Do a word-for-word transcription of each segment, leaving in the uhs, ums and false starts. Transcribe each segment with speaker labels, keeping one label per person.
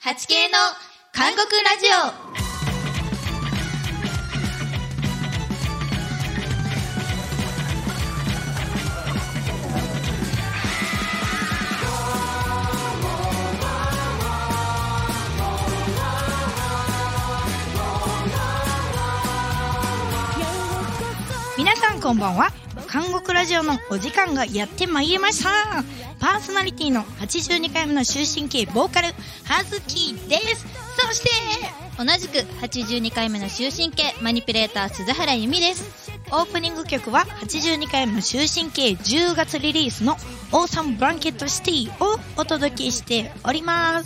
Speaker 1: はちケー の韓国ラジオ。
Speaker 2: 皆さんこんばんは。韓国ラジオのお時間がやってまいりました。パーソナリティのはちじゅうにかいめの終身刑ボーカルはずきです。そして
Speaker 1: 同じくはちじゅうにかいめの終身刑マニピュレーター鈴原由美です。
Speaker 2: オープニング曲ははちじゅうにかいめの終身刑じゅうがつリリースのオーサムブランケットシティをお届けしております。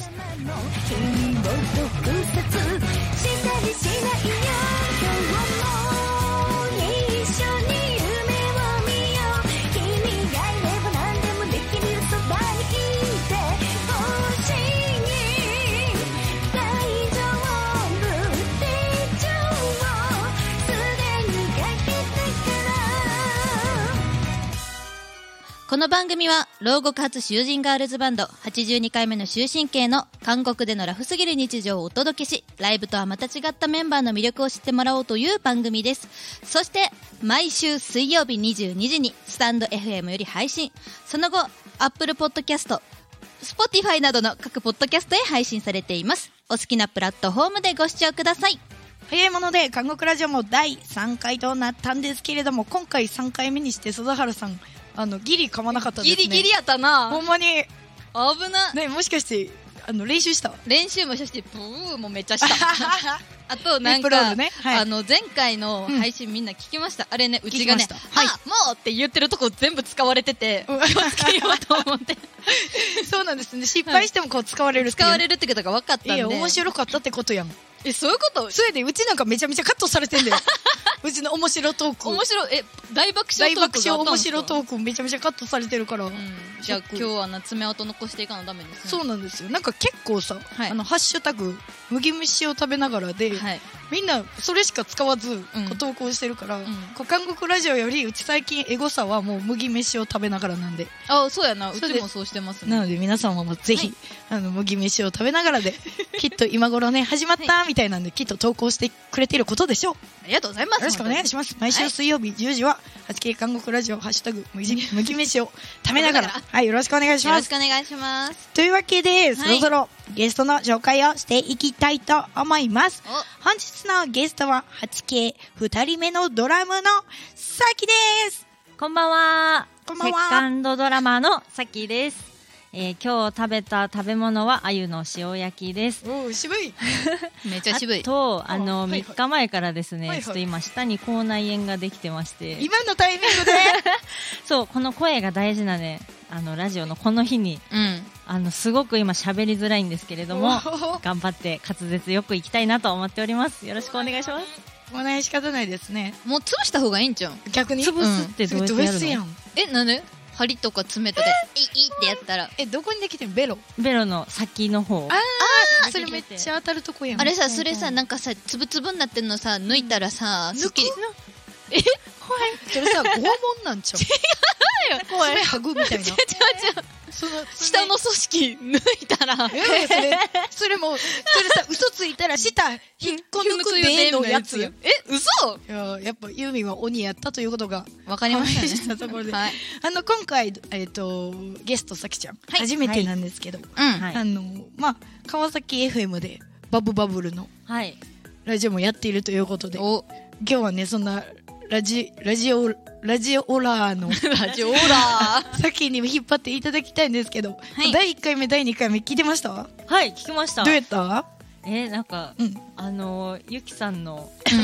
Speaker 1: この番組は牢獄発囚人ガールズバンドはちじゅうにかいめの終身刑の韓国でのラフすぎる日常をお届けし、ライブとはまた違ったメンバーの魅力を知ってもらおうという番組です。そして毎週水曜日にじゅうにじにスタンド エフエム より配信、その後 Apple Podcast、Spotify などの各ポッドキャストへ配信されています。お好きなプラットフォームでご視聴ください。
Speaker 2: 早いもので韓国ラジオもだいさんかいとなったんですけれども、今回さんかいめにして鈴原さんあのギリ噛まなかったですね。
Speaker 1: ギリギリやったな。
Speaker 2: ほんまに
Speaker 1: 危な、
Speaker 2: ね、もしかしてあの練習した
Speaker 1: 練習もしてブーもめっちゃしたあとなんか、
Speaker 2: ね、はい、
Speaker 1: あの前回の配信みんな聞きました、うん、あれね、うちがね、
Speaker 2: はい、
Speaker 1: あもうって言ってるとこ全部使われてて、うん、気をつけようと思って
Speaker 2: そうなんですね。失敗してもこう使われるっていう、
Speaker 1: 使われるってことが分かったんで。
Speaker 2: いや面白かったってことやん。
Speaker 1: え、そういうこと？
Speaker 2: それでうちなんかめちゃめちゃカットされてんだようちの面白トーク。
Speaker 1: 面白い、え、大爆笑トークがあったんですか？
Speaker 2: 大爆笑面白トークめちゃめちゃカットされてるから、うん、
Speaker 1: じゃあ今日はな爪痕残していかなダメですね。
Speaker 2: そうなんですよ。なんか結構さ、はい、あのハッシュタグ麦飯を食べながらで、はい、みんなそれしか使わず、うん、こう投稿してるから、うん、こう韓国ラジオよりうち最近エゴサはもう麦飯を食べながらなんで。
Speaker 1: あ、そうやな、うちもそうしてますね。
Speaker 2: なので皆さんもぜひ、はい、あの麦飯を食べながらできっと今頃ね始まったみたいなんで、きっと投稿してくれていることでしょう。
Speaker 1: ありがとうございます。
Speaker 2: よろしくお願いします。毎週水曜日じゅうじは はちケー 韓国ラジオハッシュタグ麦飯を食べながらはい、よろしくお願いします。
Speaker 1: よろしくお願いします。
Speaker 2: というわけで、そろそろゲストの紹介をしていきたいと思います。本日のゲストは はちケーふたりめのドラムのさきです。
Speaker 3: こんばんは。
Speaker 2: こんばんは。
Speaker 3: セカンドドラマーのさきです。えー、今日食べた食べ物は鮎の塩焼きです。
Speaker 2: おー、渋い
Speaker 1: めっちゃ渋い。
Speaker 3: あとあの、はいはい、みっかまえからですね、
Speaker 2: はいはい、
Speaker 3: ちょっと今下に口内炎ができてまして、
Speaker 2: 今のタイミングで
Speaker 3: そう、この声が大事なね、あのラジオのこの日に、うん、あのすごく今喋りづらいんですけれども頑張って滑舌よくいきたいなと思っております。よろしくお願いします。
Speaker 2: お願い仕方ないですね。
Speaker 1: もう潰した方がいいんじゃん。
Speaker 2: 逆に
Speaker 3: 潰すってどうやってやるの？
Speaker 2: やん。
Speaker 1: え、なんで？針とか爪とかでいいってやったら、
Speaker 2: え、どこにできてん？ベロ
Speaker 3: ベロの先の方。
Speaker 2: ああ、それめっちゃ当たるとこやん。
Speaker 1: あれさ、それさ、なんかさ、つぶつぶになってんのさ、抜いたらさ、
Speaker 2: 抜く？
Speaker 1: え、
Speaker 2: 怖い。それさ、拷問なんちゃう？
Speaker 1: 違うよ、
Speaker 2: 怖い。爪剥ぐみたいな。違う違う違う。
Speaker 1: その下の組織抜いたら、
Speaker 2: それそれもそれさ、嘘ついたら舌引っこ抜くでのやつ。
Speaker 1: え、嘘？
Speaker 2: いや、やっぱユーミンは鬼やったということが
Speaker 1: 分かりましたね。
Speaker 2: したところで、
Speaker 1: はい、
Speaker 2: あの今回えっ、ー、とゲストさきちゃん、はい、初めてなんですけど、はい、あのまあ川崎 エフエム でバブバブルのラジオもやっているということで、はい、今日はねそんなラジラジオラジオラーの
Speaker 1: ラジオラー
Speaker 2: 先にも引っ張っていただきたいんですけど、はい、だいいっかいめだいにかいめ聞いてました？
Speaker 3: はい、聞きました。
Speaker 2: どうやった？
Speaker 3: えー、なんか、うん、あのゆきさんの、うん、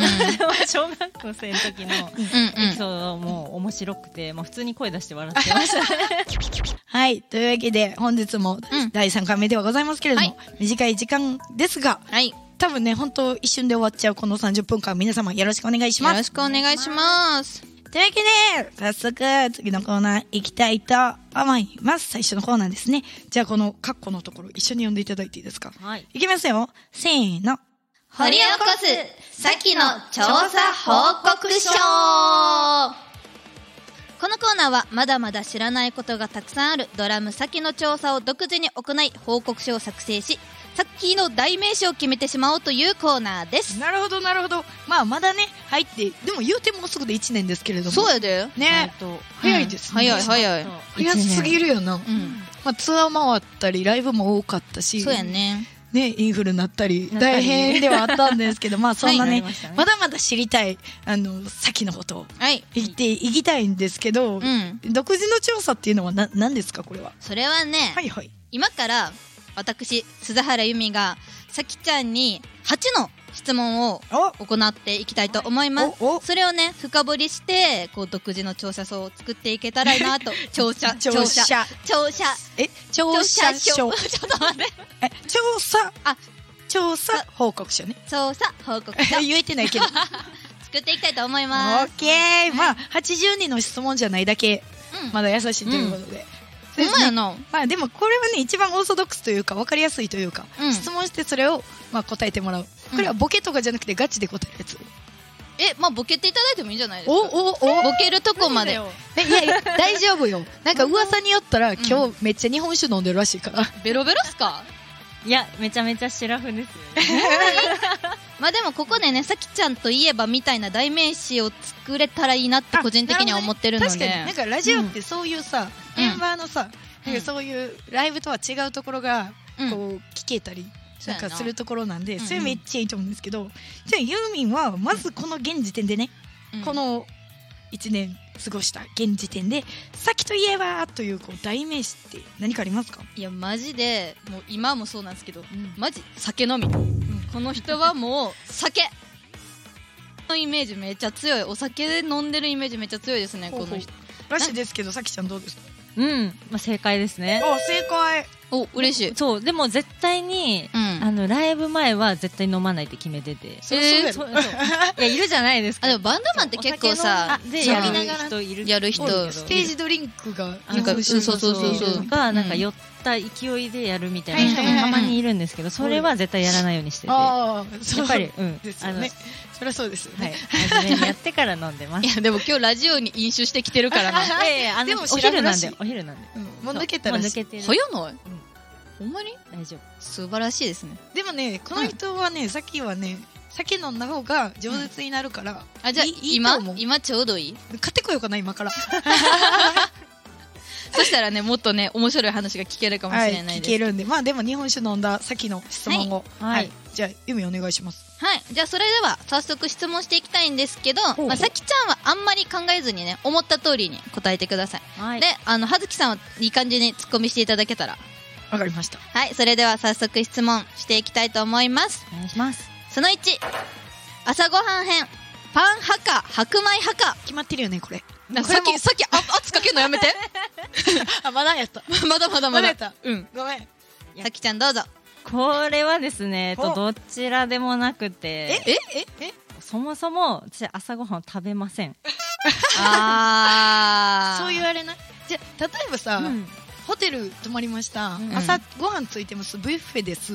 Speaker 3: 小学校生の時のエピソードも面白くて、もう普通に声出して笑ってましたね
Speaker 2: はい、というわけで本日もだいさんかいめではございますけれども、はい、短い時間ですが、はい、多分ね本当一瞬で終わっちゃうこのさんじゅっぷんかん、皆様よろしくお願いします。
Speaker 1: よろしくお願いします。
Speaker 2: というわけで早速次のコーナー行きたいと思います。最初のコーナーですね。じゃあこのカッコのところ一緒に読んでいただいていいですか？はい、いきますよ。せーの。
Speaker 1: 掘り起こすさきの調査報告書。このコーナーはまだまだ知らないことがたくさんあるドラムさきの調査を独自に行い報告書を作成し、 さっきの代名詞を決めてしまおうというコーナーです。
Speaker 2: なるほどなるほど。まあまだね入ってでも言うてもうすぐでいちねんですけれども。
Speaker 1: そうやで
Speaker 2: ね、早いですね。
Speaker 1: 早い早い
Speaker 2: 早すぎるよな。まあツアー回ったりライブも多かったし。
Speaker 1: そうやね。
Speaker 2: ね、インフルになったり大変ではあったんですけどまあそんなね、はい、まだまだ知りたいあの先のことを言っていきたいんですけど、うん、独自の調査っていうのはな何ですかこれは。
Speaker 1: それはね、
Speaker 2: はいはい、
Speaker 1: 今から私鈴原由美がさきちゃんにはちの質問を行っていきたいと思います。それをね深掘りしてこう独自の調査書を作っていけたらいいなと調査
Speaker 2: 調査
Speaker 1: 調査
Speaker 2: え調査書ちょっ
Speaker 1: と待って
Speaker 2: え調査あ調査報告書ね。
Speaker 1: 調査報告書
Speaker 2: 言えてないけど
Speaker 1: 作っていきたいと思います。
Speaker 2: オッケー、まあはちじゅうにの質問じゃないだけ、うん、まだ優しいということで。
Speaker 1: ほんまやな。
Speaker 2: まあでもこれはね一番オーソドックスというか分かりやすいというか、うん、質問してそれをまあ答えてもらう。これはボケとかじゃなくてガチで答えるやつ。
Speaker 1: え、まあボケていただいてもいいんじゃないですか。
Speaker 2: おおお
Speaker 1: ボケるとこまで。
Speaker 2: えいやいや大丈夫よ。なんか噂によったら今日めっちゃ日本酒飲んでるらしいから。
Speaker 1: ベロベロっすか。
Speaker 3: いやめちゃめちゃシラフですよ、ね。
Speaker 1: まあでもここでねさきちゃんといえばみたいな代名詞を作れたらいいなって個人的には思ってるので。
Speaker 2: 確かになんかラジオってそういうさ、うん、メンバーのさ、うん、なんかそういうライブとは違うところがこう聞けたり。なんかするところなんで、うん、それめっちゃいいと思うんですけど、うん、じゃあユーミンはまずこの現時点でね、うん、このいちねん過ごした現時点でさきといえばというこう代名詞って何かありますか。
Speaker 1: いやマジでもう今もそうなんですけど、うん、マジ酒飲み、うん、この人はもう酒のイメージめっちゃ強い。お酒飲んでるイメージめっちゃ強いですね。
Speaker 2: ほうほう
Speaker 1: この人
Speaker 2: らしいですけどさきちゃんどうですか。
Speaker 3: うん、まあ、正解ですね。
Speaker 2: お正解。
Speaker 1: お嬉しい。
Speaker 3: そうでも絶対に、うん、あのライブ前は絶対飲まないって決めてて。
Speaker 2: そうそうそう。い
Speaker 3: やいるじゃないですか。
Speaker 1: あでもバンドマンって結構さ
Speaker 3: でやりながら人いる
Speaker 1: やる人
Speaker 2: ステージドリンクが
Speaker 1: なんかそうそうそうそう
Speaker 3: がなんか酔った勢いでやるみたいな人もたまにいるんですけど、それは絶対やらないようにしてて。
Speaker 2: あ
Speaker 3: あやっぱり
Speaker 2: うんですよね。そりゃそうですよね。
Speaker 3: はい。真面目にやってから飲んでます。
Speaker 1: いやでも今日ラジオに飲酒してきてるからな。
Speaker 3: いやいやあのお昼なんでお昼なんで。
Speaker 2: もう抜けたら
Speaker 3: 抜けてる。
Speaker 1: 早ない。ほんまに
Speaker 3: 大丈夫。
Speaker 1: 素晴らしいですね。
Speaker 2: でもねこの人はね、うん、さっきはね酒飲んだ方が饒舌になるから、うん、
Speaker 1: あじゃあいい今今ちょうどいい。
Speaker 2: 買ってこようかな今から
Speaker 1: そしたらねもっとね面白い話が聞けるかもしれないです、はい、
Speaker 2: 聞けるんでまあでも日本酒飲んだ先の質問を、はいはい、じゃあ由美お願いします。
Speaker 1: はいじゃあそれでは早速質問していきたいんですけど、まあ、さきちゃんはあんまり考えずにね思った通りに答えてください、はい、であの葉月さんはいい感じにツッコミしていただけたら。
Speaker 2: わかりました。
Speaker 1: はいそれでは早速質問していきたいと思います。
Speaker 3: お願いします。
Speaker 1: そのいち朝ごはん編パン派か白米派か。
Speaker 2: 決まってるよねこれ。
Speaker 1: なんかさっきさっきあ圧かけるのやめて
Speaker 2: あまだやった
Speaker 1: まだまだまだ
Speaker 2: うんごめん
Speaker 1: さきちゃんどうぞ。
Speaker 3: これはですねとどちらでもなくて
Speaker 2: ええええ
Speaker 3: そもそも私朝ごはんを食べません
Speaker 1: あ
Speaker 2: そう言われない。じゃあ例えばさ、うん、ホテル泊まりました、うん、朝ごはんついてますブッフェです、うん、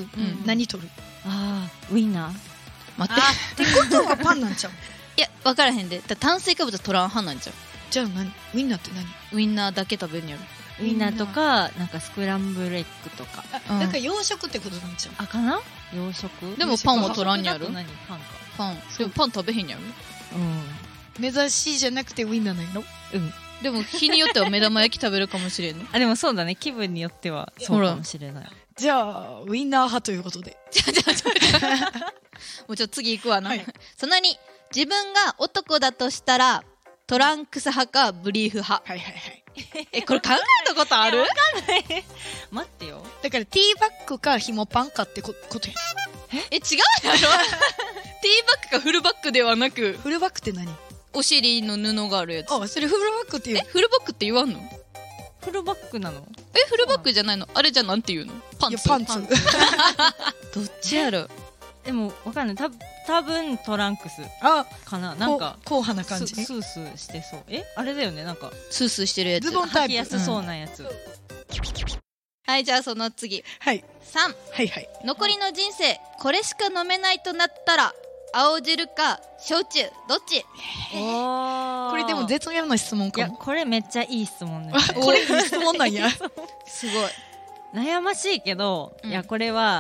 Speaker 2: 何取る。
Speaker 3: あーウインナー。
Speaker 1: 待って
Speaker 2: ってことはパンなんちゃう
Speaker 1: いや分からへんで炭水化物取らん派なんちゃう。
Speaker 2: じゃあ何ウインナーって何。
Speaker 1: ウインナーだけ食べるんやろ。
Speaker 3: ウインナーとかなんかスクランブルエッグとか
Speaker 2: あ、うん、なんか洋食ってことなんちゃう。
Speaker 3: あかな洋食。
Speaker 1: でもパンは取らんやろ。
Speaker 3: 何パンか
Speaker 1: パンでもパン食べへんやろ。
Speaker 3: うん
Speaker 2: 目指しじゃなくてウインナーなんやろ。
Speaker 3: うん
Speaker 1: でも日によっては目玉焼き食べるかもしれんの
Speaker 3: あでもそうだね気分によってはそうかもしれない。
Speaker 2: じゃあウインナー派ということで
Speaker 1: じゃあじゃあじゃあもうちょっと次行くわな、はい、そのに自分が男だとしたらトランクス派かブリーフ派。
Speaker 2: はいはいはい
Speaker 1: えこれ考えたことある。
Speaker 3: わかんない待ってよ。
Speaker 2: だからティーバッグかひもパンかってこことや。
Speaker 1: え違うやろティーバッグかフルバッグではなく。
Speaker 2: フルバッグって何。
Speaker 1: お尻の布があるやつ。
Speaker 2: あそれフルバッグっていう。
Speaker 1: えフルバッグって言わんの。
Speaker 3: フルバッグなの。
Speaker 1: えフルバッグじゃないの。あれじゃなんて言うの。パンツ。
Speaker 2: パンツ
Speaker 1: どっちやろ。
Speaker 3: でもわかんないた多分トランクスかな。なんか
Speaker 2: 硬派な感じ。
Speaker 3: スースーしてそう。えあれだよねなんか
Speaker 1: スースーしてるやつ。
Speaker 3: ズボンタイプ履きやすそうなやつ、うん、
Speaker 1: はいじゃあその次
Speaker 2: はい
Speaker 1: さん
Speaker 2: はいはい
Speaker 1: 残りの人生これしか飲めないとなったら青汁か焼酎どっち。
Speaker 3: お
Speaker 2: これでも絶妙な質問かも。
Speaker 3: いやこれめっちゃいい質問です、
Speaker 2: ね、これいい質問なんや
Speaker 1: すごい
Speaker 3: 悩ましいけど、うん、いやこれは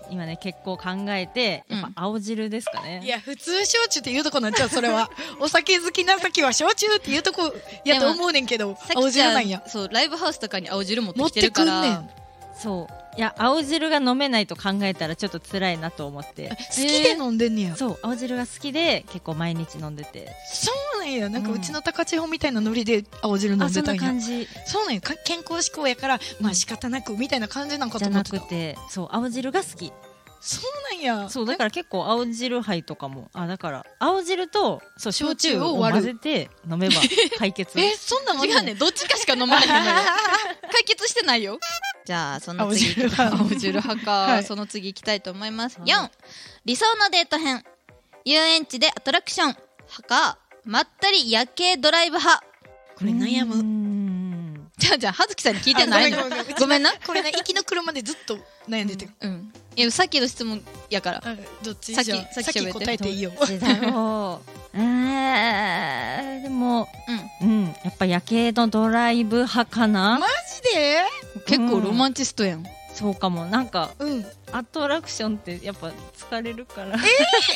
Speaker 3: 今ね結構考えてやっぱ青汁ですかね、
Speaker 2: うん、いや普通焼酎って言うとこなんちゃうそれはお酒好きなさきは焼酎って言うとこやと思うねんけど青汁なんや。
Speaker 1: そうライブハウスとかに青汁持ってきてるから持ってくんねん。
Speaker 3: そういや青汁が飲めないと考えたらちょっと辛いなと思って
Speaker 2: 好きで飲んでんねや。
Speaker 3: そう青汁が好きで結構毎日飲んでて。
Speaker 2: そうなんや。なんかうちの高千穂みたいなノリで青汁飲んでたんや。
Speaker 3: そんな感じ。
Speaker 2: そうなんや。健康志向やからまあ仕方なくみたいな感じなんかと思ってた。
Speaker 3: じゃなくてそう青汁が好き。
Speaker 2: そうなんや。
Speaker 3: そうだから結構青汁杯とかもあだから青汁とそう焼酎を混ぜて飲めば解決。
Speaker 2: えそんなの
Speaker 1: 違うね。どっちかしか飲まないのよ。解決してないよ。じゃあその次青汁派か、はい、その次いきたいと思います。よん理想のデート編。遊園地でアトラクション派かまったり夜景ドライブ派。
Speaker 2: これ悩む。
Speaker 1: じゃあじゃあ葉月さんに聞いてないの。ごめんな。
Speaker 2: これね行きの車でずっと悩んでてる。
Speaker 1: うん。いやさっきの質問やから。
Speaker 2: どっち？
Speaker 1: さっき
Speaker 2: さっき答えていいよ。
Speaker 3: どっちだろう。えーでもうんやっぱ夜景のドライブ派かな。
Speaker 2: マジで？
Speaker 1: 結構ロマンチストやん。
Speaker 3: そうかも。なんか、
Speaker 2: うん、
Speaker 3: アトラクションってやっぱ疲れるからえー、え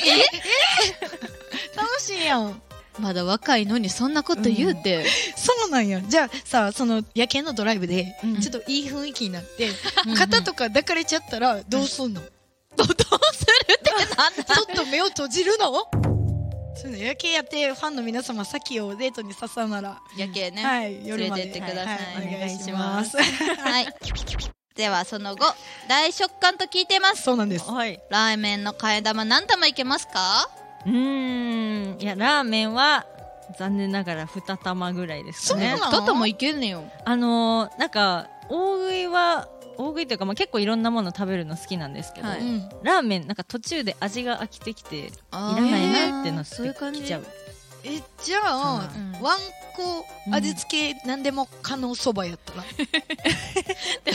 Speaker 2: ー、楽しいやん。
Speaker 1: まだ若いのにそんなこと言うて、うん、
Speaker 2: そうなんや。じゃあさその夜景のドライブで、うん、ちょっといい雰囲気になって肩とか抱かれちゃったらどうすんの、うん、
Speaker 1: ど, どうするってなんだ。
Speaker 2: ちょっと目を閉じるの。そういうの夜景やってファンの皆様さきをデートに誘うなら
Speaker 1: 夜景ね、
Speaker 2: はい、
Speaker 1: 夜まで連れてってください、
Speaker 2: はいはい、お願いします。
Speaker 1: はいではその後大食感と聞いてます。
Speaker 2: そうなんです、
Speaker 3: はい、
Speaker 1: ラーメンの替え玉何玉いけますか。
Speaker 3: うーんいやラーメンは残念ながらに玉ぐらいですね。
Speaker 1: そうなの？に玉いけんねよ。
Speaker 3: あのー、なんか大食いは大食いというか、まあ、結構いろんなもの食べるの好きなんですけど、はい、ラーメンなんか途中で味が飽きてきていらないなってなってきちゃう。
Speaker 2: えじゃあ、うん、ワンコ味付け何でも可能そばやったら、うん、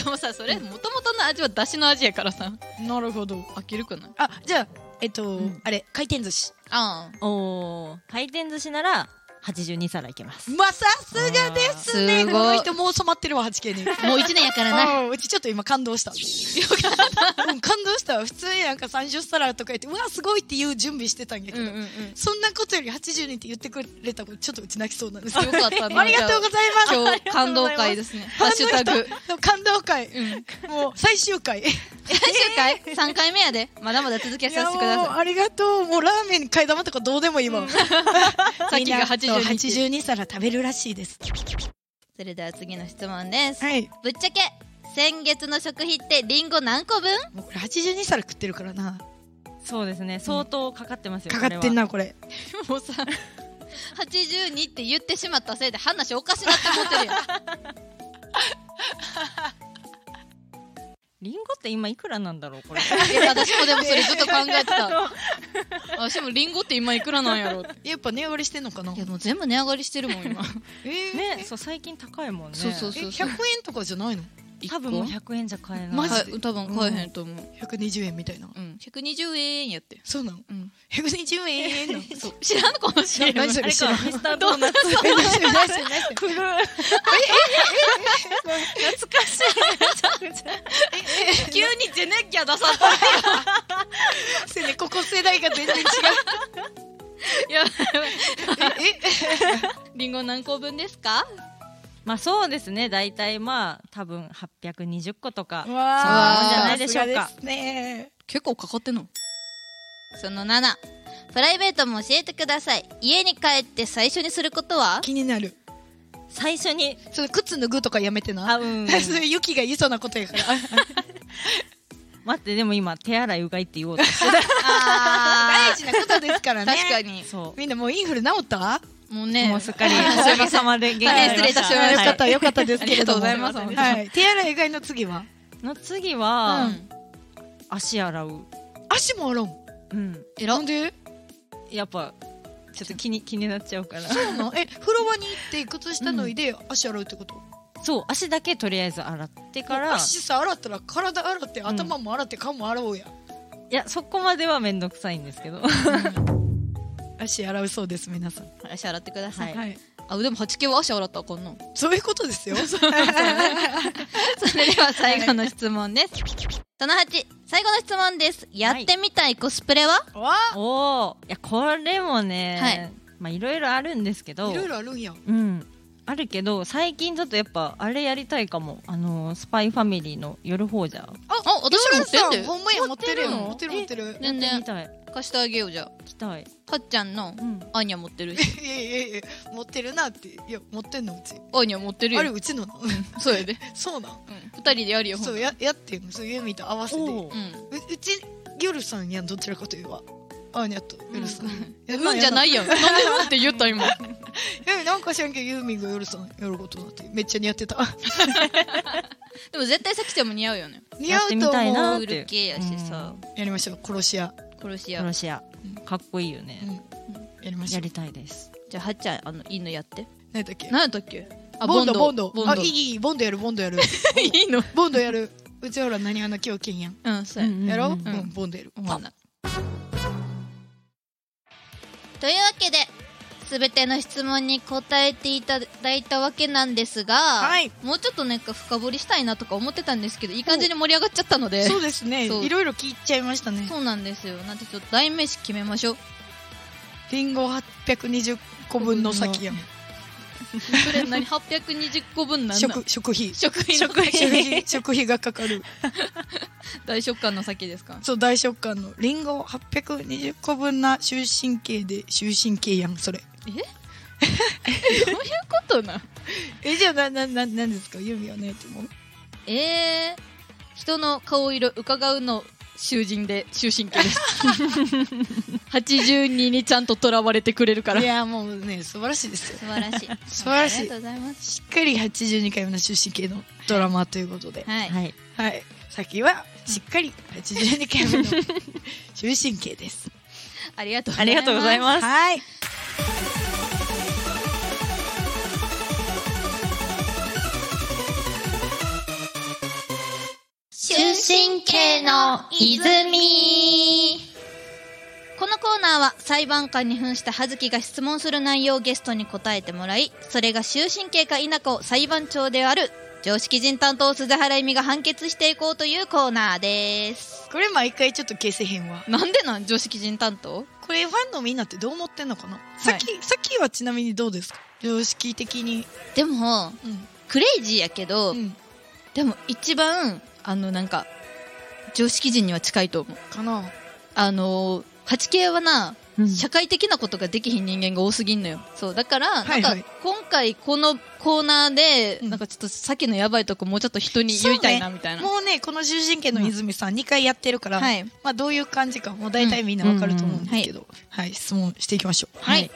Speaker 1: でもさそれもともとの味はだしの味やからさ。
Speaker 2: なるほど。
Speaker 1: 飽きるくない？
Speaker 2: あじゃあえっと、うん、あれ回転寿司。
Speaker 1: ああ
Speaker 3: お回転寿司ならはちじゅうに皿いけます。
Speaker 2: まあさすがですね。この人もう染まってるわはち系に。
Speaker 1: もういちねんやからな。
Speaker 2: うちちょっと今感動した。うん、感動した。普通になんかさんじゅう皿とか言ってうわすごいっていう準備してたんやけど、うんうんうん、そんなことよりはちじゅうにんって言ってくれたことちょっとうち泣きそうなんです。
Speaker 1: よかったな。
Speaker 2: ありがとうございます。
Speaker 1: 今日感動会ですね。ハッシュタグ
Speaker 2: 感動会、うん、もう最終回
Speaker 1: 最終回さんかいめやで。まだまだ続きさせてください。
Speaker 2: ありがとう。もうラーメンに替え玉とかどうでもいいわ、うん、さ
Speaker 1: っきがはちじゅうに
Speaker 2: はちじゅうに皿食べるらしいです。
Speaker 1: それでは次の質問です、
Speaker 2: はい、
Speaker 1: ぶっちゃけ先月の食費ってリンゴ何個分？
Speaker 2: もうこれはちじゅうに皿食ってるからな。
Speaker 3: そうですね相当かかってますよ、
Speaker 2: うん、かかってんなこれ。
Speaker 1: もうさはちじゅうにって言ってしまったせいで話おかしなって思ってるやん
Speaker 3: リンゴって今いくらなんだろうこれ
Speaker 1: 私もでもそれずっと考えてた私もリンゴって今いくらなんやろう
Speaker 2: やっぱ値上がりしてんのかな。
Speaker 1: いやもう全部値上がりしてるもん今
Speaker 3: えー、ねそう最近高いもんね。
Speaker 1: そうそうそうそう。
Speaker 2: ひゃくえんとかじゃないの？
Speaker 3: 多分もうひゃくえんじゃ買えない。
Speaker 2: マジで？
Speaker 1: 多分買えへんと思う、うん、
Speaker 2: ひゃくにじゅうえんみたいな、
Speaker 1: うん、ひゃくにじゅうえんやって。
Speaker 2: そうなの、
Speaker 1: うん、
Speaker 2: ひゃくにじゅうえんの
Speaker 1: そう知らんのかもしれない。
Speaker 2: 何それ知らん。
Speaker 3: ミスタードーナツ古い懐かし
Speaker 1: い急にゼネッギャ出さ
Speaker 2: ってるよここ世代が全然違う
Speaker 1: やばいリンゴ何個分ですか？
Speaker 3: まあそうですね大体まあ多分はっぴゃくにじゅっことか
Speaker 2: そうなん
Speaker 3: じゃないでしょうか。
Speaker 2: ですね、
Speaker 1: 結構かかってんの。そのななプライベートも教えてください。家に帰って最初にすることは？
Speaker 2: 気になる。
Speaker 3: 最初に
Speaker 2: それ靴脱ぐとかやめてな。
Speaker 3: あ、うん、
Speaker 2: それユキが言いそうなことやから
Speaker 3: 待ってでも今手洗いうがいって言おうとして
Speaker 2: 大事なことですからね。
Speaker 1: 確かに
Speaker 2: そうみんなもうインフル治った？
Speaker 1: もうね
Speaker 3: もうすっかりおかげさまで元気になりました。
Speaker 1: 失礼いたしました。
Speaker 2: よかったよかったですけれども。
Speaker 1: ありがとうございます。
Speaker 2: はい、手洗い以外の次は？
Speaker 3: の次は、
Speaker 1: うん、
Speaker 3: 足洗う。
Speaker 2: 足も洗う？
Speaker 3: うん。
Speaker 2: えなんで？
Speaker 3: やっぱちょっと気に気になっちゃうから。
Speaker 2: そうなん？え風呂場に行って靴下脱いで足洗うってこと？
Speaker 3: うん、そう足だけとりあえず洗ってから。
Speaker 2: 足さ洗ったら体洗って頭も洗って顔も洗おうや。
Speaker 3: いやそこまではめんどくさいんですけど。
Speaker 2: 足洗うそうです皆さん。
Speaker 1: 足洗ってください。
Speaker 2: はい。
Speaker 1: あでもはち系は足洗ったらあかんの。
Speaker 2: そういうことですよ。
Speaker 1: それでは最後の質問です。そのはち最後の質問です。やってみたいコスプレは？
Speaker 3: おー、いやこれもね、はい、まあいろいろあるんですけど、
Speaker 2: いろいろあるんや。
Speaker 3: うん、あるけど最近だとやっぱあれやりたいかも。あのー、スパイファミリーの夜フォージャー。あ、
Speaker 1: あ、私も持ってんで。
Speaker 2: ほんまや、持ってるよ。持ってる持ってる。
Speaker 1: 全然貸してあげよう。じゃあ
Speaker 3: 着たい。
Speaker 1: かっちゃんのアーニャ持ってるし。
Speaker 2: いやいやいや、持ってるなって。いや、持ってんのうち。
Speaker 1: アーニャ持ってるよ。
Speaker 2: あれうちの。
Speaker 1: そうやで。
Speaker 2: そうなん。
Speaker 1: 二人でやるよ。
Speaker 2: そうややってんの。そうユミと合わせて。うち夜さんやん、どちらかといえば。アーニャと夜さん。
Speaker 1: うんじゃないやん。なんでうんって言った今。
Speaker 2: え、なんか知らんけどユーミンが夜さんやることになってめっちゃ似合ってた。
Speaker 1: でも絶対さきちゃんも似合うよね。
Speaker 2: 似合うと思う。
Speaker 1: クール系やしさ。
Speaker 2: やりましょう。殺し屋。
Speaker 1: 殺し屋。
Speaker 3: 殺し屋。かっこいいよね。
Speaker 2: やりましょう。
Speaker 3: やりたいです。
Speaker 1: じゃあはっちゃん、あの犬やって。
Speaker 2: 何だっけ？
Speaker 1: 何やったっけ？
Speaker 2: あ、ボンドボンド。あ、いいいいボンドやるボンドやる。
Speaker 1: いいの？
Speaker 2: ボンドやる。うちほら何あの狂犬やん。
Speaker 1: うん、そうや。
Speaker 2: やろう？うん、ボンドやる。
Speaker 1: というわけで、すべての質問に答えていただいたわけなんですが、はい、もうちょっとなんか深掘りしたいなとか思ってたんですけど、いい感じに盛り上がっちゃったので。
Speaker 2: そうですね。いろいろ聞いちゃいましたね。
Speaker 1: そうなんですよ。なんでちょっと代名詞決めましょう。
Speaker 2: リンゴはっぴゃくにじゅっこぶんの先やん。
Speaker 1: それ何？はっぴゃくにじゅっこぶんなんだ。
Speaker 2: 食食費
Speaker 1: 食費
Speaker 2: 食費食費がかかる。
Speaker 1: 大食感の先ですか？
Speaker 2: そう、大食感のリンゴはっぴゃくにじゅっこぶんな終身刑で終身刑やんそれ。
Speaker 1: え？どういうことな？
Speaker 2: え、じゃあななななんですか？ユミはねっても。
Speaker 1: えー、人の顔色伺うの囚人で終身刑です。はちじゅうににちゃんと囚われてくれるから。
Speaker 2: いやもうね、素晴らしいですよ。
Speaker 1: 素晴らしい。
Speaker 2: 素晴らしい。
Speaker 1: ありがとうございます。
Speaker 2: しっかりはちじゅうにかいめの終身刑のドラマということで。
Speaker 1: はいはい
Speaker 2: はい。先はしっかりはちじゅうにかいめの終身刑です。
Speaker 1: ありがとう
Speaker 3: ありがとうございます。
Speaker 2: はい。
Speaker 1: 終身刑の泉。このコーナーは裁判官に扮した葉月が質問する内容をゲストに答えてもらい、それが終身刑か否かを裁判長である常識人担当鈴原由美が判決していこうというコーナーです。
Speaker 2: これ毎回ちょっと消せへんわ。
Speaker 1: なんでなん？常識人担当？
Speaker 2: これファンのみんなってどう思ってんのかな、はい、さっきさっきはちなみにどうですか？常識的に。
Speaker 1: でも、うん、クレイジーやけど、うん、でも一番あのなんか常識人には近いと思う
Speaker 2: かな。
Speaker 1: あのはち系はな、うん、社会的なことができひん人間が多すぎんのよ。そうだから、はいはい、なんか今回このコーナーで、うん、なんかちょっとさっきのやばいとこもうちょっと人に言いたいなみたいな。
Speaker 2: もうねこの終身刑の泉さん、うん、にかいやってるから、はい、まあどういう感じかもう大体みんなわかると思うんですけど、うんうんうん、はい、はい、質問していきましょう。
Speaker 1: はい、はい、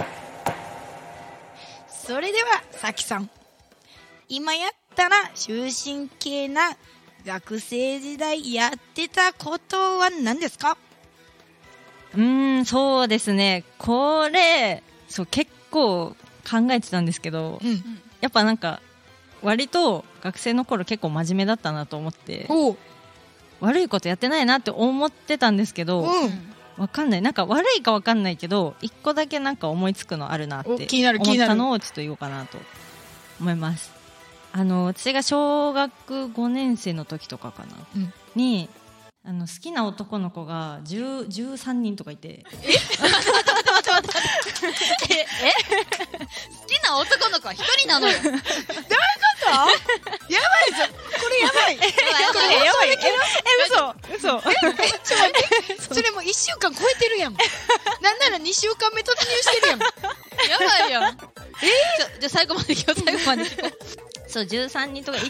Speaker 2: それではさきさん、今やったら終身刑な学生時代やってたことは何ですか？
Speaker 3: うーん、そうですね。これ、そう結構考えてたんですけど、うん、やっぱなんか割と学生の頃結構真面目だったなと思って、悪いことやってないなって思ってたんですけど、うん、わかんない。なんか悪いかわかんないけど、一個だけなんか思いつくのあるなって思ったのをちょっと言おうかなと思います。あの私が小学ごねん生の時とかかな、うん、にあの好きな男の子がじゅう、じゅうさんにんとかいて。
Speaker 1: え待って待って待って待ってええ好きな男の子は一人なのよ。どういうこと
Speaker 2: やばいじゃんこれやばい。
Speaker 3: これやばい。え、嘘嘘。え、ちょっと待
Speaker 2: ってそれもういっしゅうかん超えてるやん。なんならにしゅうかんめ突入してるやん。
Speaker 1: やばいやん。えー、じゃあ最後まで聞こう。最後まで聞こ
Speaker 3: う。そうじゅうさんにんとか行って、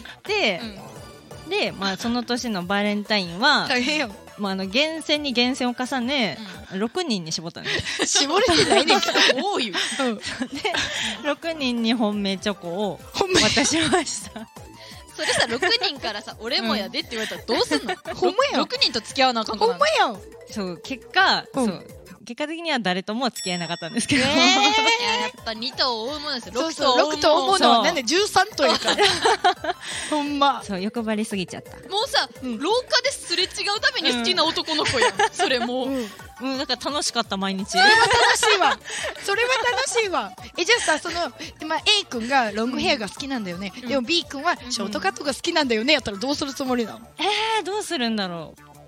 Speaker 3: うん、で、まあ、その年のバレンタインは
Speaker 2: 大変よ、
Speaker 3: まあ、あの厳選に厳選を重ね、うん、ろくにんに絞ったのよ。
Speaker 2: 絞れてないねんけど
Speaker 1: 多いよ、
Speaker 3: うん、でろくにんに本命チョコを渡しました。
Speaker 1: それさろくにんからさ俺もやでって言われたらどうすんの？
Speaker 2: ほんまやん。
Speaker 1: ろくにんと付き合わなあかんかな。
Speaker 2: ほんまやん。
Speaker 3: そう結果、うん、そう結果的には誰とも付き合えなかったんですけど、えー、
Speaker 1: いややっぱに頭を追うものですよ。ろく頭を追うもの。
Speaker 2: ろく頭を追うものはなんでじゅうさん頭やからほんま
Speaker 3: そう欲張りすぎちゃった。
Speaker 1: もうさ、うん、廊下ですれ違うために好きな男の子やん、うん、それもう、うん
Speaker 3: うん、なんか楽しかった毎日。
Speaker 2: それは楽しいわそれは楽しいわ。えじゃあさその、まあ、A 君がロングヘアが好きなんだよね、うん、でも B 君はショートカットが好きなんだよねやったらどうするつもりなの？
Speaker 3: えー、どうするんだろう。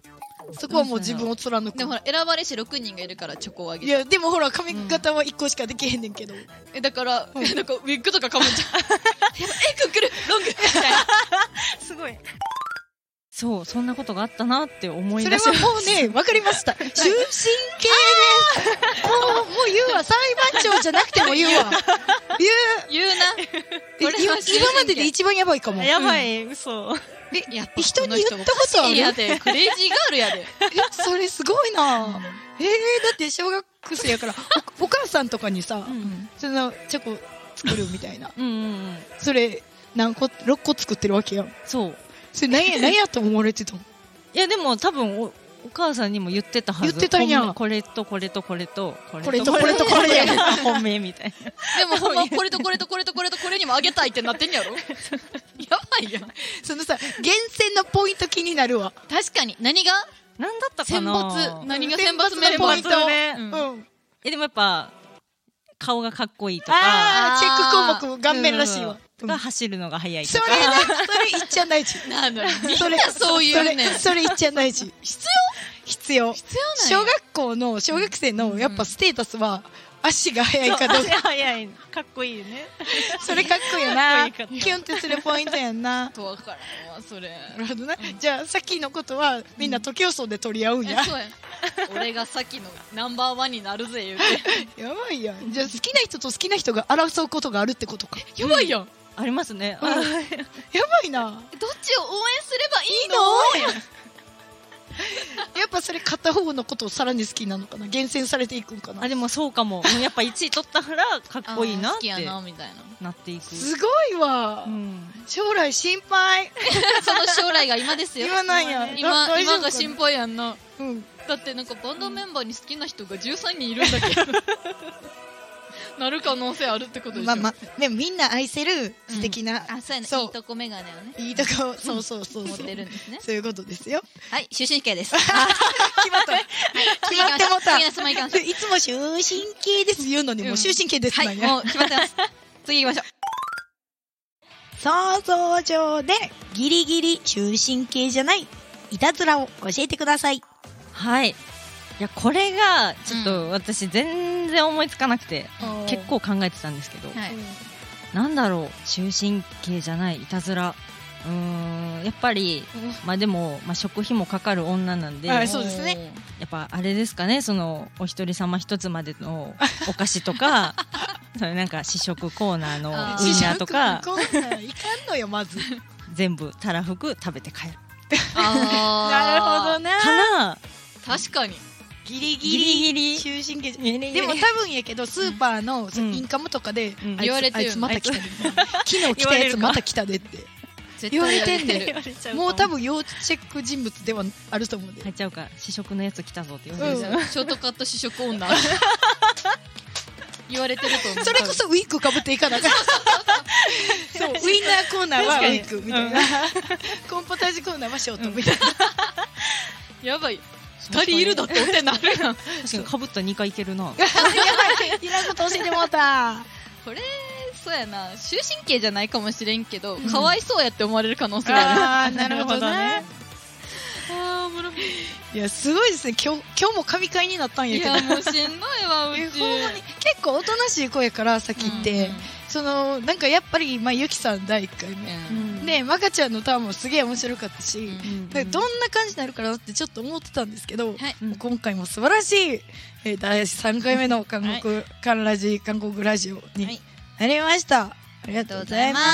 Speaker 2: そこはもう自分を貫く。
Speaker 1: でもほら選ばれしろくにんがいるからチョコをあげる。
Speaker 2: いやでもほら髪型はいっこしかできへんねんけど、
Speaker 1: えだからなんかウィッグとかかぶっちゃうえくんくるロングみたいな
Speaker 3: すごい。そう、そんなことがあったなって思い出しました。
Speaker 2: それはもうね、わかりました。終身刑です。もう、もう言うわ。裁判長じゃなくても言うわ。言う。
Speaker 1: 言うな。
Speaker 2: これは今までで一番やばいかも。
Speaker 3: やばい、嘘。
Speaker 2: え、やっぱ人に言ったことある？
Speaker 1: やで、クレイジーガールやで。
Speaker 2: え、それすごいな。えー、だって小学生やから、お、お母さんとかにさ、その、チョコ作るみたいな。それ、何個、ろっこ作ってるわけやん。
Speaker 3: そう。
Speaker 2: それ何や、何やと思われてたの？
Speaker 3: いやでも多分お、お母さんにも言ってたはず。
Speaker 2: 言ってたんや。
Speaker 3: これとこれとこれと
Speaker 2: これとこれとこれや
Speaker 3: 本命みたいな。
Speaker 1: でもほんまこれとこれとこれとこれとこれにもあげたいってなってんやろやばいやん。
Speaker 2: そのさ、厳選のポイント気になるわ。
Speaker 1: 確かに。何が
Speaker 3: 何だったかな。
Speaker 1: 選抜。何が選抜メンバー
Speaker 2: ポイントね。
Speaker 3: うん。え、でもやっぱ、顔がかっこいいとか。
Speaker 2: ああ、チェック項目顔面らしいわ。
Speaker 3: が走るのが早いとか。
Speaker 2: それね、それいっちゃん大事。
Speaker 1: なんだみんなそういうね。
Speaker 2: それいっちゃん大事。
Speaker 1: 必
Speaker 2: 要必要。
Speaker 1: 必要
Speaker 2: 小学校の、小学生のやっぱステータスは、足が速いかどうか。
Speaker 3: 足速い。かっこいいね。
Speaker 2: それかっこいいよな。キュンってするポイントやんな。
Speaker 1: とわからんわ、それ。
Speaker 2: なるほどな。じゃあ、さっきのことは、みんな徒競走で取り合うんや。
Speaker 1: そうや。俺がさっきのナンバーワンになるぜ、言うて。
Speaker 2: やばいやん。じゃあ、好きな人と好きな人が争うことがあるってことか。
Speaker 1: やばいやん。
Speaker 3: ありますね。
Speaker 2: やばいな。
Speaker 1: どっちを応援すればいいの？
Speaker 2: やっぱそれ片方のことをさらに好きなのかな。厳選されていくんかな。
Speaker 3: あ、でもそうかも。やっぱいちい取ったからかっこいいなって
Speaker 1: 好きやなみたいな
Speaker 3: なっていく。
Speaker 2: すごいわ。将来心配。
Speaker 1: その将来が今ですよ。
Speaker 2: 今なんや。
Speaker 1: 今今が心配やんな。だってなんかバンドメンバーに好きな人がじゅうさんにんいるんだけど。なる可能性あるってことでしょ。まあまあ、
Speaker 2: でもみんな愛せる素敵な、
Speaker 1: あ、そうやね。いいとこメガネをね。
Speaker 2: いいとこ、そうそうそう。
Speaker 1: 持ってるんですね。
Speaker 2: そういうことですよ。
Speaker 1: はい、終身刑です。
Speaker 2: 決まった。決まってもた。
Speaker 1: 次の質問いきましょう。
Speaker 2: いつも終身刑です言うのに、もう終身刑です
Speaker 1: なんや。はい、もう決まってます。次行きましょ
Speaker 2: う。想像上でギリギリ終身刑じゃないいたずらを教えてください。
Speaker 3: はい。いや、これがちょっと私全然思いつかなくて、うん、結構考えてたんですけど、はい、なんだろう、終身刑じゃないいたずら、うーん、やっぱり、まあでも、まあ、食費もかかる女なんで、
Speaker 2: はい、そうですね。
Speaker 3: やっぱあれですかね、そのお一人様一つまでのお菓子とかそれなんか試食コーナーのウインナーとか、
Speaker 2: 試食コーナーいかんのよまず
Speaker 3: 全部たらふく食べて帰る。
Speaker 2: あなるほどね。
Speaker 3: かな。
Speaker 1: 確かに。
Speaker 2: ギリギリギリ終身刑。でも多分やけどスーパーのインカムとかで
Speaker 1: 言われてる。
Speaker 2: あいつまた来たで。昨日来たやつまた来たでって言われてんで。もう多分要チェック人物ではあると思うんで。
Speaker 3: 入っちゃうか。試食のやつ来たぞって言われる。
Speaker 1: ショートカット試食女。言われてると思う。
Speaker 2: それこそウィッグかぶっていかなかった。そう、ウインナーコーナーはウィッグみたいな。コーンポタージュコーナーはショートみたいな。
Speaker 1: やばい。二人いるだってってなるやん。
Speaker 3: 確かにかぶったらにかいいけるな。やば
Speaker 2: い。いらんこと教えてもらった。
Speaker 1: これ、そうやな。終身刑じゃないかもしれんけど、かわいそうやって思われる可能性がある。
Speaker 2: ああ、なるほどね。ああ、おもろい。いや、すごいですね。今日、今日も神会になったんやけど。
Speaker 1: いや、もうしんどいわ、うち。
Speaker 2: ほんまに。結構おとなしい子やから、さっき言って。その、なんかやっぱり、まあ、ゆきさんだいいっかいめ。で、まかちゃんのターンもすげえ面白かったし、どんな感じになるかなってちょっと思ってたんですけど、今回も素晴らしい、えー、だいさんかいめの韓国、韓ラジ、韓国ラジオになりました。ありがとうございます。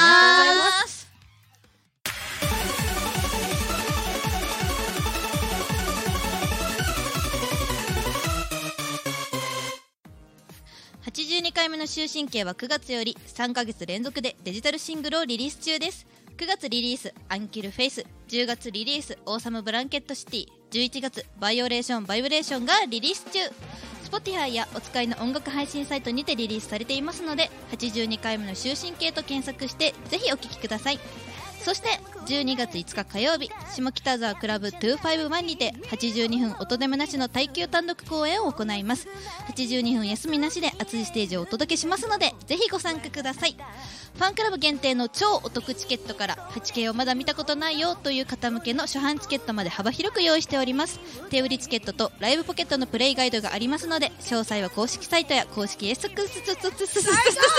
Speaker 1: はちじゅうにかいめの終身刑はくがつよりさんかげつ連続でデジタルシングルをリリース中です。くがつリリースアンキルフェイス、じゅうがつリリースオーサムブランケットシティ、じゅういちがつバイオレーションバイブレーションがリリース中。 Spotify やお使いの音楽配信サイトにてリリースされていますので、はちじゅうにかいめの終身刑と検索してぜひお聴きください。 そしてじゅうにがついつか火曜日、下北沢クラブにひゃくごじゅういちにてはちじゅうにふん音デマなしの耐久単独公演を行います。はちじゅうにふん休みなしで熱いステージをお届けしますので、ぜひご参加ください。ファンクラブ限定の超お得チケットから はちケー をまだ見たことないよという方向けの初版チケットまで幅広く用意しております。手売りチケットとライブポケットのプレイガイドがありますので、詳細は公式サイトや公式 エスエヌエス 最高
Speaker 2: 惜しい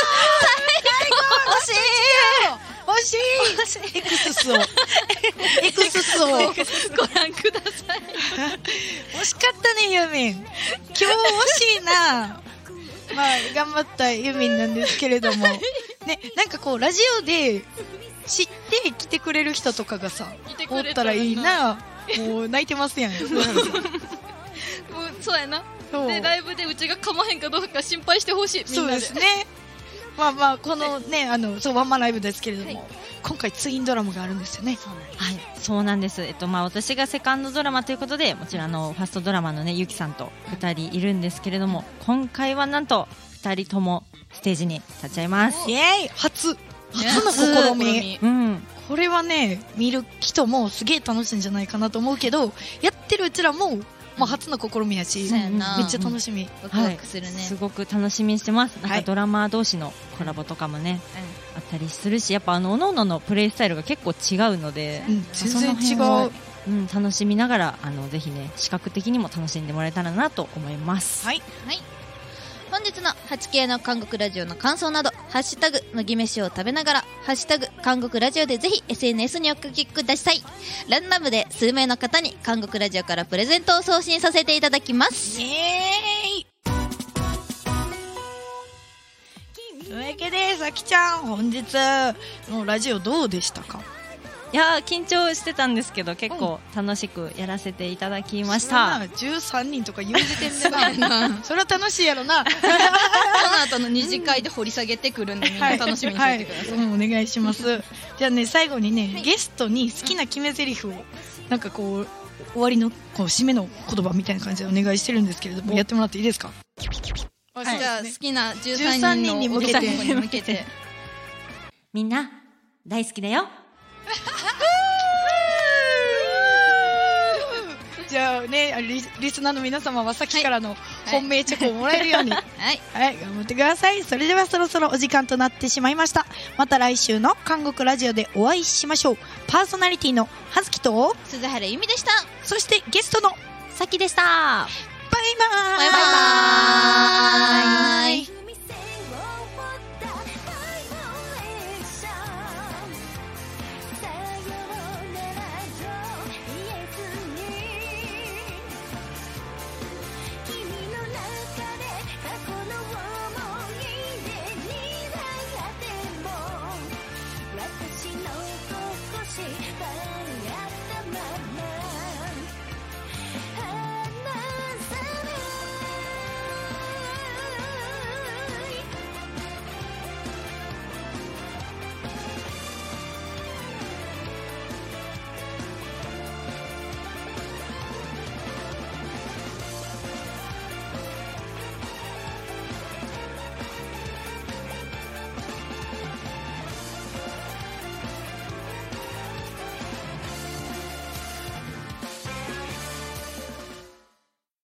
Speaker 2: 惜しい惜しいエクススをエクススをご覧くだ
Speaker 1: さい。
Speaker 2: 惜しかったねユミン、今日惜しいな。まあ頑張ったユミンなんですけれどもね、なんかこうラジオで知って来てくれる人とかがさおったらいいな。もう泣いてますやん。もう
Speaker 1: そうやな。でライブでうちが噛まへんかどうか心配してほしい。みんなで。そうですね。まあまあこのね、あのそうワンマンライブですけれども、はい、今回ツインドラマがあるんですよね。
Speaker 3: はい、そうなんです。えっとまあ私がセカンドドラマということで、もちろんあのファーストドラマのねゆきさんとふたりいるんですけれども、今回はなんとふたりともステージに立っちゃいます。
Speaker 2: イエーイ、初初の試み。うん。これはね見る人もすげえ楽しいんじゃないかなと思うけど、やってるうちらもまあ、初の試みやし、めっちゃ楽しみ、
Speaker 1: ワクワクするね、はい、
Speaker 3: すごく楽しみにしてます。なんかドラマー同士のコラボとかもね、はい、あったりするし、やっぱあの各々のプレイスタイルが結構違うので、
Speaker 2: うん、全然違う、
Speaker 3: うん、楽しみながらあのぜひね視覚的にも楽しんでもらえたらなと思います。
Speaker 1: はい、はい、本日の はちケー の韓国ラジオの感想など、ハッシュタグ麦飯を食べながらハッシュタグ韓国ラジオでぜひ エスエヌエス にお書きください。ランダムで数名の方に韓国ラジオからプレゼントを送信させていただきます。
Speaker 2: イエーイ。というわけでさきちゃん、本日のラジオどうでしたか？
Speaker 3: いや緊張してたんですけど結構楽しくやらせていただきました。
Speaker 2: うん、じゅうさんにんとか言う時点でなそれは楽しいやろな。こ
Speaker 1: の後の二次会で掘り下げてくるんで、みんな楽しみにしておいてください。はいはい、
Speaker 2: うん、お願いしますじゃあね、最後にね、はい、ゲストに好きな決め台詞をなんかこう終わりのこう締めの言葉みたいな感じでお願いしてるんですけれども、やってもらっていいですか？
Speaker 1: はい、じゃあ好きなじゅうさんにんのお客様に向けて
Speaker 3: みんな大好きだよ。
Speaker 2: じゃあね、リ, リスナーの皆様はさっきからの本命チョコをもらえるように、はい、はい、頑張ってください。それではそろそろお時間となってしまいました。また来週の韓国ラジオでお会いしましょう。パーソナリティの葉月と
Speaker 1: 鈴原由美でした。
Speaker 2: そしてゲストの
Speaker 3: さきでした。
Speaker 2: バイバーイ。
Speaker 1: バイバーイ。